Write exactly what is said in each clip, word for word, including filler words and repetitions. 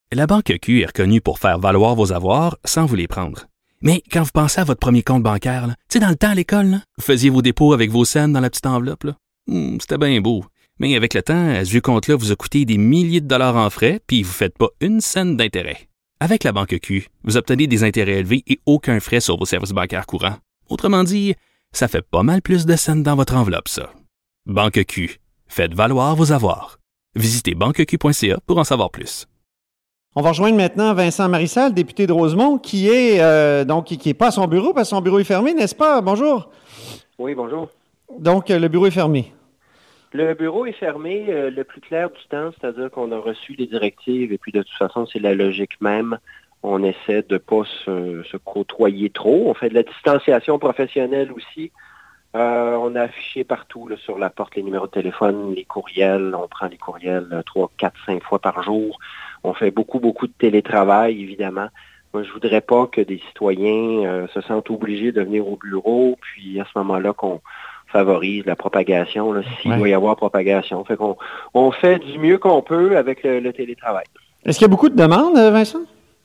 La Banque Q est reconnue pour faire valoir vos avoirs sans vous les prendre. Mais quand vous pensez à votre premier compte bancaire, tu sais, dans le temps à l'école, là, vous faisiez vos dépôts avec vos scènes dans la petite enveloppe. Là. Hum, c'était bien beau. Mais avec le temps, ce vieux compte-là vous a coûté des milliers de dollars en frais, puis vous ne faites pas une scène d'intérêt. Avec la Banque Q, vous obtenez des intérêts élevés et aucun frais sur vos services bancaires courants. Autrement dit, ça fait pas mal plus de scènes dans votre enveloppe, ça. Banque Q. Faites valoir vos avoirs. Visitez banque q point c a pour en savoir plus. On va rejoindre maintenant Vincent Marissal, député de Rosemont, qui est euh, donc qui n'est pas à son bureau parce que son bureau est fermé, n'est-ce pas? Bonjour. Oui, bonjour. Donc, euh, le bureau est fermé. Le bureau est fermé euh, le plus clair du temps, c'est-à-dire qu'on a reçu des directives et puis de toute façon, c'est la logique même. On essaie de ne pas se, se côtoyer trop. On fait de la distanciation professionnelle aussi. Euh, on a affiché partout là, sur la porte les numéros de téléphone, les courriels. On prend les courriels trois, quatre, cinq fois par jour. On fait beaucoup, beaucoup de télétravail, évidemment. Moi, je voudrais pas que des citoyens euh, se sentent obligés de venir au bureau, puis à ce moment-là qu'on favorise la propagation, là, s'il ouais. doit y avoir propagation. Fait qu'on on fait du mieux qu'on peut avec le, le télétravail. Est-ce qu'il y a beaucoup de demandes, Vincent?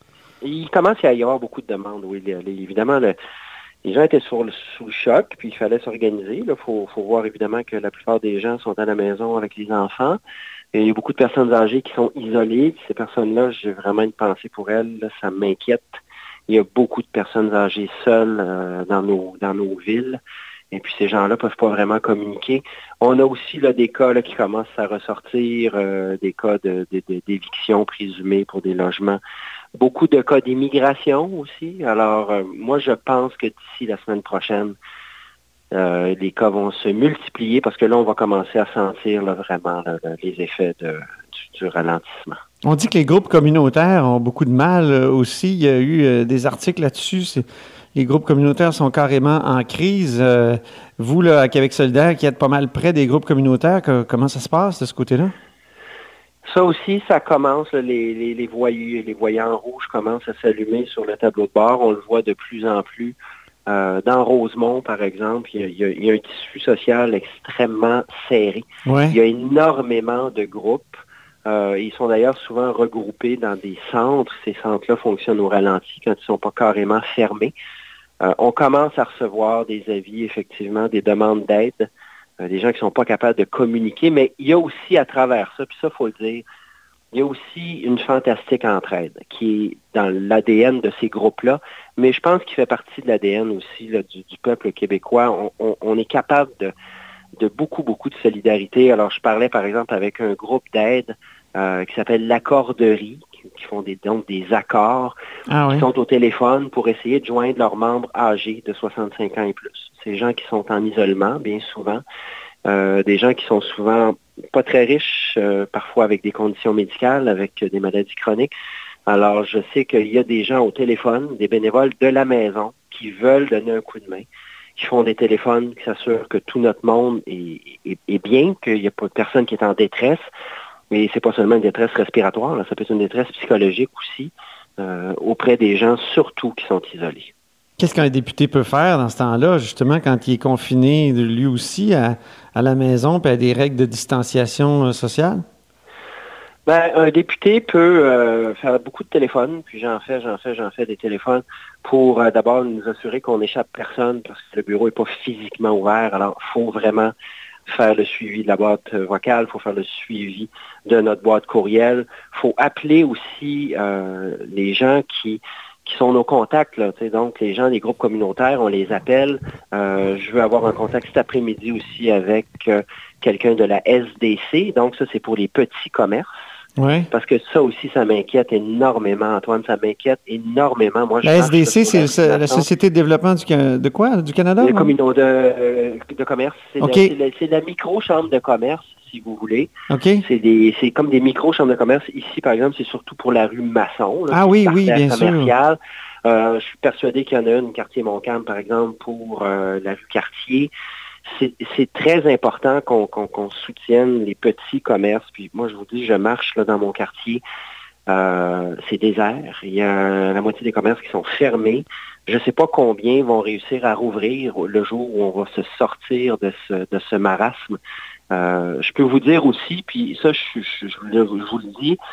Il commence à y avoir beaucoup de demandes, oui. Les, les, évidemment, le, les gens étaient sur le, sous le choc, puis il fallait s'organiser. Il faut, faut voir évidemment que la plupart des gens sont à la maison avec les enfants. Et il y a beaucoup de personnes âgées qui sont isolées. Ces personnes-là, j'ai vraiment une pensée pour elles. Là, ça m'inquiète. Il y a beaucoup de personnes âgées seules euh, dans nos dans nos villes. Et puis ces gens-là peuvent pas vraiment communiquer. On a aussi là, des cas là, qui commencent à ressortir, euh, des cas de, de, de, d'éviction présumée pour des logements. Beaucoup de cas d'immigration aussi. Alors, euh, moi, je pense que d'ici la semaine prochaine, Euh, les cas vont se multiplier parce que là, on va commencer à sentir là, vraiment là, les effets de, du, du ralentissement. On dit que les groupes communautaires ont beaucoup de mal euh, aussi. Il y a eu euh, des articles là-dessus. C'est, les groupes communautaires sont carrément en crise. Euh, vous, là, à Québec solidaire, qui êtes pas mal près des groupes communautaires, que, comment ça se passe de ce côté-là? Ça aussi, ça commence, là, les, les, les, voyants, les voyants rouges commencent à s'allumer sur le tableau de bord. On le voit de plus en plus. Euh, dans Rosemont, par exemple, il y, a, il, y a, il y a un tissu social extrêmement serré. Ouais. Il y a énormément de groupes. Euh, ils sont d'ailleurs souvent regroupés dans des centres. Ces centres-là fonctionnent au ralenti quand ils ne sont pas carrément fermés. Euh, on commence à recevoir des avis, effectivement, des demandes d'aide, euh, des gens qui ne sont pas capables de communiquer, mais il y a aussi à travers ça, puis ça, il faut le dire, il y a aussi une fantastique entraide qui est dans l'A D N de ces groupes-là, mais je pense qu'il fait partie de l'A D N aussi là, du, du peuple québécois. On, on, on est capable de, de beaucoup, beaucoup de solidarité. Alors, je parlais par exemple avec un groupe d'aide euh, qui s'appelle l'Accorderie, qui, qui font des, donc des accords, ah, oui. qui sont au téléphone pour essayer de joindre leurs membres âgés de soixante-cinq ans et plus. Ces gens qui sont en isolement, bien souvent, euh, des gens qui sont souvent pas très riches, euh, parfois avec des conditions médicales, avec euh, des maladies chroniques. Alors, je sais qu'il y a des gens au téléphone, des bénévoles de la maison, qui veulent donner un coup de main, qui font des téléphones, qui s'assurent que tout notre monde est, est, est bien, qu'il n'y a pas de personne qui est en détresse. Mais c'est pas seulement une détresse respiratoire, là, ça peut être une détresse psychologique aussi, euh, auprès des gens, surtout qui sont isolés. Qu'est-ce qu'un député peut faire dans ce temps-là, justement, quand il est confiné, lui aussi, à, à la maison, puis à des règles de distanciation euh, sociale? Ben, un député peut euh, faire beaucoup de téléphones, puis j'en fais, j'en fais, j'en fais des téléphones pour euh, d'abord nous assurer qu'on n'échappe personne, parce que le bureau n'est pas physiquement ouvert, alors il faut vraiment faire le suivi de la boîte vocale, il faut faire le suivi de notre boîte courriel, il faut appeler aussi euh, les gens qui qui sont nos contacts, là, donc les gens des groupes communautaires, on les appelle. Euh, je veux avoir un contact cet après-midi aussi avec euh, quelqu'un de la S D C, donc ça c'est pour les petits commerces. Oui. Parce que ça aussi, ça m'inquiète énormément, Antoine, ça m'inquiète énormément. Moi, je la S D C, c'est la, la Société de développement du, de quoi? Du Canada? Les communautés de, de commerce. C'est, okay. la, c'est, la, c'est la micro-chambre de commerce, si vous voulez. Okay. C'est, des, c'est comme des micro-chambres de commerce. Ici, par exemple, c'est surtout pour la rue Masson. Là, ah oui, oui, bien sûr. Euh, je suis persuadé qu'il y en a une, quartier Montcalm, par exemple, pour euh, la rue Cartier. C'est, c'est très important qu'on, qu'on, qu'on soutienne les petits commerces. Puis moi, je vous dis, je marche là dans mon quartier. Euh, c'est désert. Il y a la moitié des commerces qui sont fermés. Je ne sais pas combien vont réussir à rouvrir le jour où on va se sortir de ce, de ce marasme. Euh, je peux vous dire aussi, puis ça, je, je, je, je vous le dis,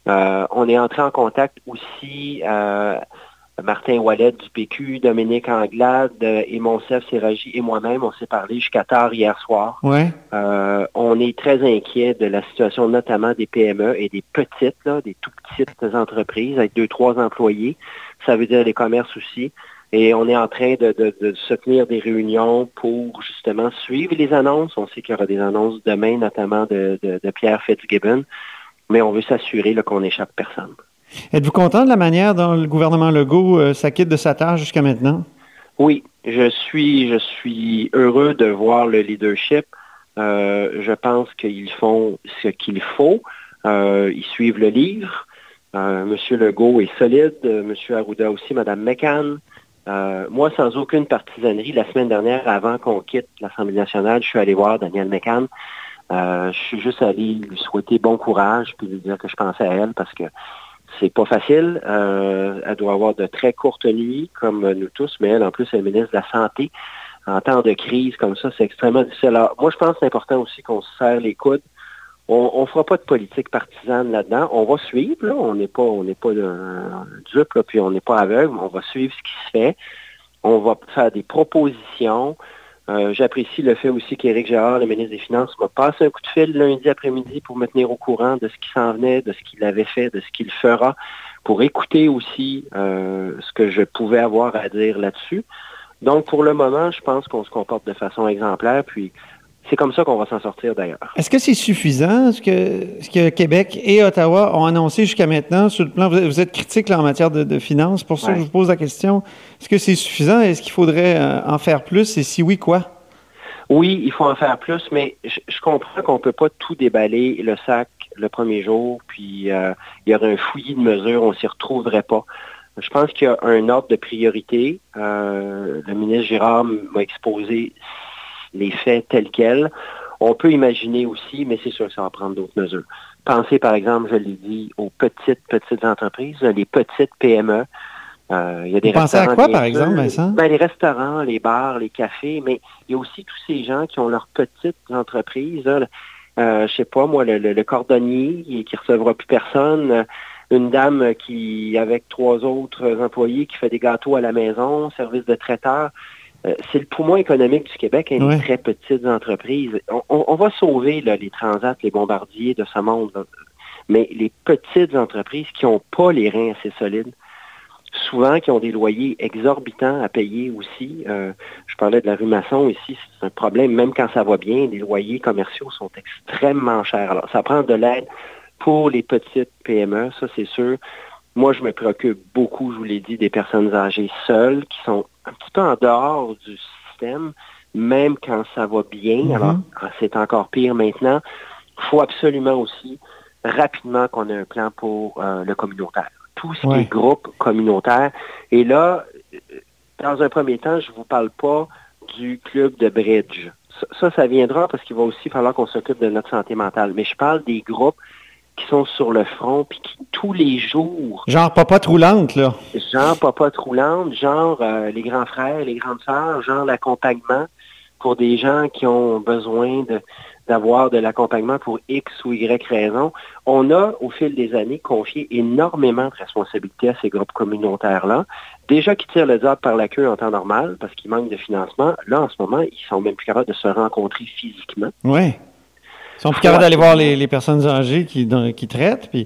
Euh, on est entré en contact aussi, euh, Martin Ouellet du P Q, Dominique Anglade euh, et Monsef Séragi et moi-même, on s'est parlé jusqu'à tard hier soir. Ouais. Euh, on est très inquiet de la situation notamment des P M E et des petites, là, des tout petites entreprises avec deux, trois employés. Ça veut dire les commerces aussi. Et on est en train de, de, de se tenir des réunions pour justement suivre les annonces. On sait qu'il y aura des annonces demain, notamment de, de, de Pierre Fitzgibbon, mais on veut s'assurer là, qu'on n'échappe personne. Êtes-vous content de la manière dont le gouvernement Legault euh, s'acquitte de sa tâche jusqu'à maintenant? Oui, je suis, je suis heureux de voir le leadership. Euh, je pense qu'ils font ce qu'il faut. Euh, ils suivent le livre. Euh, M. Legault est solide. M. Arruda aussi, Mme McCann. Euh, moi, sans aucune partisanerie, la semaine dernière, avant qu'on quitte l'Assemblée nationale, je suis allé voir Danielle McCann. Euh, je suis juste allé lui souhaiter bon courage puis lui dire que je pensais à elle parce que c'est pas facile. Euh, elle doit avoir de très courtes nuits, comme nous tous, mais elle, en plus, elle est ministre de la Santé. En temps de crise comme ça, c'est extrêmement difficile. Alors, moi, je pense que c'est important aussi qu'on se serre les coudes. On ne fera pas de politique partisane là-dedans. On va suivre, là. On n'est pas, on n'est pas euh, dupe, là, puis on n'est pas aveugle, mais on va suivre ce qui se fait. On va faire des propositions. Euh, j'apprécie le fait aussi qu'Éric Gérard, le ministre des Finances, m'a passé un coup de fil lundi après-midi pour me tenir au courant de ce qui s'en venait, de ce qu'il avait fait, de ce qu'il fera, pour écouter aussi euh, ce que je pouvais avoir à dire là-dessus. Donc, pour le moment, je pense qu'on se comporte de façon exemplaire, puis c'est comme ça qu'on va s'en sortir d'ailleurs. Est-ce que c'est suffisant, ce que, ce que Québec et Ottawa ont annoncé jusqu'à maintenant sur le plan? Vous êtes, vous êtes critique là, en matière de, de finances, pour ça ouais. que je vous pose la question. Est-ce que c'est suffisant? Est-ce qu'il faudrait euh, en faire plus? Et si oui, quoi? Oui, il faut en faire plus, mais je, je comprends qu'on ne peut pas tout déballer le sac le premier jour, puis euh, il y aurait un fouillis de mesures, on ne s'y retrouverait pas. Je pense qu'il y a un ordre de priorité. Euh, le ministre Girard m'a exposé les faits tels quels. On peut imaginer aussi, mais c'est sûr que ça va prendre d'autres mesures. Pensez, par exemple, je l'ai dit, aux petites, petites entreprises, les petites P M E. Euh, il y a des Vous pensez à quoi, par exemple, Vincent? Ben, les restaurants, les bars, les cafés, mais il y a aussi tous ces gens qui ont leurs petites entreprises. Là. Euh, je sais pas, moi, le, le, le cordonnier qui, qui recevra plus personne, une dame qui, avec trois autres employés, qui fait des gâteaux à la maison, service de traiteur. Euh, c'est le poumon économique du Québec, hein, ouais. les très petites entreprises. On, on, on va sauver là, les transats, les bombardiers de ce monde, là. Mais les petites entreprises qui n'ont pas les reins assez solides, souvent qui ont des loyers exorbitants à payer aussi. Euh, je parlais de la rue Masson ici, c'est un problème, même quand ça va bien, les loyers commerciaux sont extrêmement chers. Alors, ça prend de l'aide pour les petites P M E, ça c'est sûr. Moi, je me préoccupe beaucoup, je vous l'ai dit, des personnes âgées seules qui sont un petit peu en dehors du système, même quand ça va bien. Mm-hmm. Alors, c'est encore pire maintenant. Il faut absolument aussi rapidement qu'on ait un plan pour euh, le communautaire. Tout ce ouais. qui est groupe communautaire. Et là, dans un premier temps, je ne vous parle pas du club de bridge. Ça, ça, ça viendra parce qu'il va aussi falloir qu'on s'occupe de notre santé mentale. Mais je parle des groupes qui sont sur le front, puis qui, tous les jours... Genre popote roulante, là. Genre popote roulante, genre euh, les grands frères, les grandes sœurs, genre l'accompagnement pour des gens qui ont besoin de, d'avoir de l'accompagnement pour X ou Y raison. On a, au fil des années, confié énormément de responsabilités à ces groupes communautaires-là. Déjà qui tirent le diable par la queue en temps normal, parce qu'ils manquent de financement. Là, en ce moment, ils sont même plus capables de se rencontrer physiquement. Oui. Ils sont plus capables d'aller voir les, les personnes âgées qui, dans, qui traitent, puis...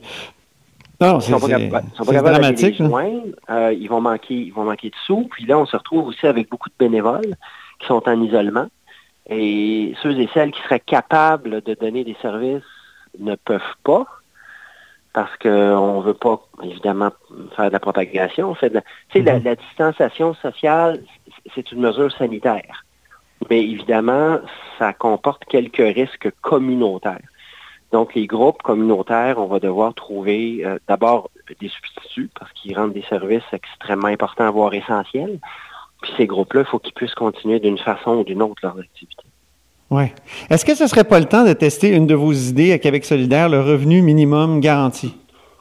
Non, c'est, c'est, c'est, c'est dramatique. Euh, ils, vont manquer, ils vont manquer de sous. Puis là, on se retrouve aussi avec beaucoup de bénévoles qui sont en isolement. Et ceux et celles qui seraient capables de donner des services ne peuvent pas parce qu'on ne veut pas, évidemment, faire de la propagation. On fait de la, tu sais, mm-hmm. la, la distanciation sociale, c'est une mesure sanitaire. Mais évidemment, ça comporte quelques risques communautaires. Donc, les groupes communautaires, on va devoir trouver euh, d'abord des substituts parce qu'ils rendent des services extrêmement importants, voire essentiels. Puis ces groupes-là, il faut qu'ils puissent continuer d'une façon ou d'une autre leur activité. Oui. Est-ce que ce ne serait pas le temps de tester une de vos idées à Québec solidaire, le revenu minimum garanti?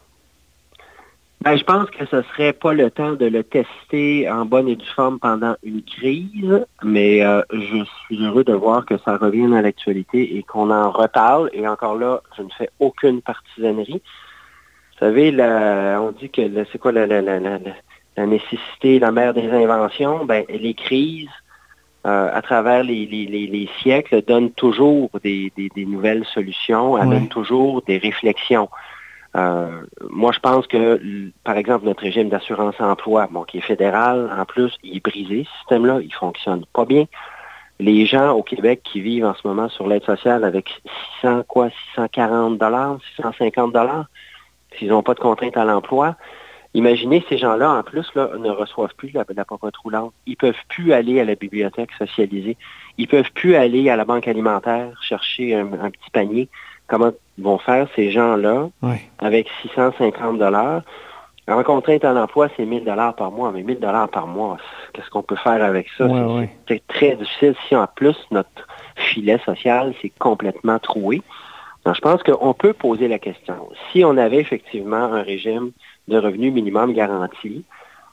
Ben, je pense que ce ne serait pas le temps de le tester en bonne et due forme pendant une crise, mais euh, je suis heureux de voir que ça revienne à l'actualité et qu'on en reparle. Et encore là, je ne fais aucune partisanerie. Vous savez, la, on dit que la, c'est quoi la, la, la, la, la nécessité, la mère des inventions? Ben, les crises, euh, à travers les, les, les, les siècles, donnent toujours des, des, des nouvelles solutions, amènent oui. toujours des réflexions. Euh, moi, je pense que, par exemple, notre régime d'assurance-emploi, bon, qui est fédéral, en plus, il est brisé, ce système-là, il fonctionne pas bien. Les gens au Québec qui vivent en ce moment sur l'aide sociale avec six cents, quoi, six cent quarante dollars, six cent cinquante dollars, s'ils n'ont pas de contrainte à l'emploi, imaginez ces gens-là, en plus, là, ne reçoivent plus la, la popote roulante. Ils peuvent plus aller à la bibliothèque socialisée. Ils peuvent plus aller à la banque alimentaire chercher un, un petit panier. Comment vont faire ces gens-là oui. avec six cent cinquante dollars? En contrainte à l'emploi, c'est mille dollars par mois, mais mille dollars par mois, qu'est-ce qu'on peut faire avec ça? Oui, c'est, oui. c'est très difficile si en plus notre filet social c'est complètement troué. Donc, je pense qu'on peut poser la question. Si on avait effectivement un régime de revenu minimum garanti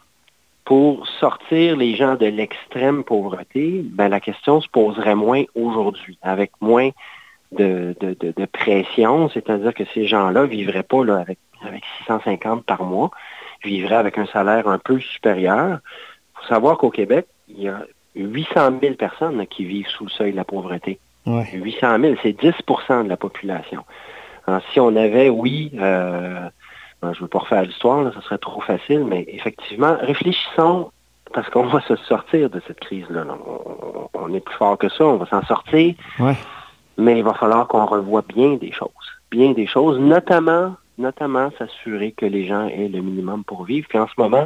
pour sortir les gens de l'extrême pauvreté, ben la question se poserait moins aujourd'hui, avec moins de, de, de, de pression, c'est-à-dire que ces gens-là vivraient pas là, avec, avec six cent cinquante par mois, vivraient avec un salaire un peu supérieur. Il faut savoir qu'au Québec, il y a huit cent mille personnes là, qui vivent sous le seuil de la pauvreté. Ouais. huit cent mille, c'est dix pour cent de la population. Alors, si on avait, oui, euh, ben, je ne veux pas refaire l'histoire, là, ça serait trop facile, mais effectivement, réfléchissons, parce qu'on va se sortir de cette crise-là. Là. On, on est plus fort que ça, on va s'en sortir. Ouais. Mais il va falloir qu'on revoie bien des choses. Bien des choses, notamment, notamment s'assurer que les gens aient le minimum pour vivre. Puis en ce moment,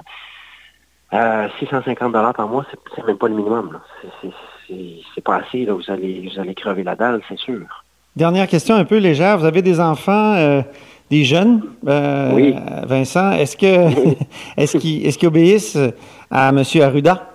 euh, six cent cinquante dollars par mois, c'est, c'est même pas le minimum. Là. C'est, c'est, c'est, c'est pas assez. Là. Vous allez, vous allez crever la dalle, c'est sûr. Dernière question un peu légère. Vous avez des enfants, euh, des jeunes, euh, oui. Vincent. Est-ce que est-ce qu'ils, est-ce qu'ils obéissent à M. Arruda?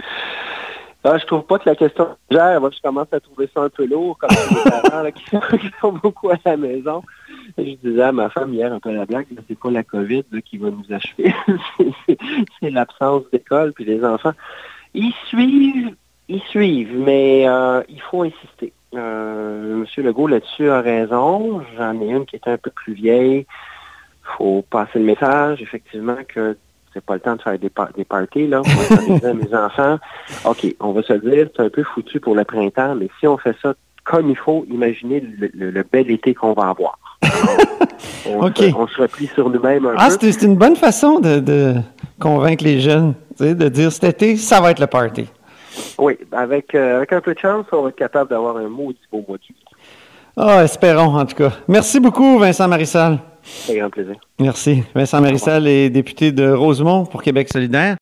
Ah, je trouve pas que la question gère. Moi, je commence à trouver ça un peu lourd, comme les parents là, qui, sont, qui sont beaucoup à la maison. Et je disais à ma femme hier un peu à la blague, là, c'est pas la COVID là, qui va nous achever. c'est, c'est, c'est l'absence d'école puis les enfants. Ils suivent, ils suivent, mais euh, il faut insister. Euh, M. Legault là-dessus a raison. J'en ai une qui est un peu plus vieille. Il faut passer le message, effectivement, que c'est pas le temps de faire des, par- des parties, là. Moi, je disais à mes enfants, OK, on va se le dire, c'est un peu foutu pour le printemps, mais si on fait ça comme il faut, imaginez le, le, le bel été qu'on va avoir. on, okay. se, on se replie sur nous-mêmes un ah, peu. C'est, c'est une bonne façon de, de convaincre les jeunes, tu sais, de dire cet été, ça va être le party. Oui, avec, euh, avec un peu de chance, on va être capable d'avoir un maudit beau mois de juillet. Ah, espérons, en tout cas. Merci beaucoup, Vincent Marissal. C'est un grand plaisir. Merci. Vincent Marissal est député de Rosemont pour Québec solidaire.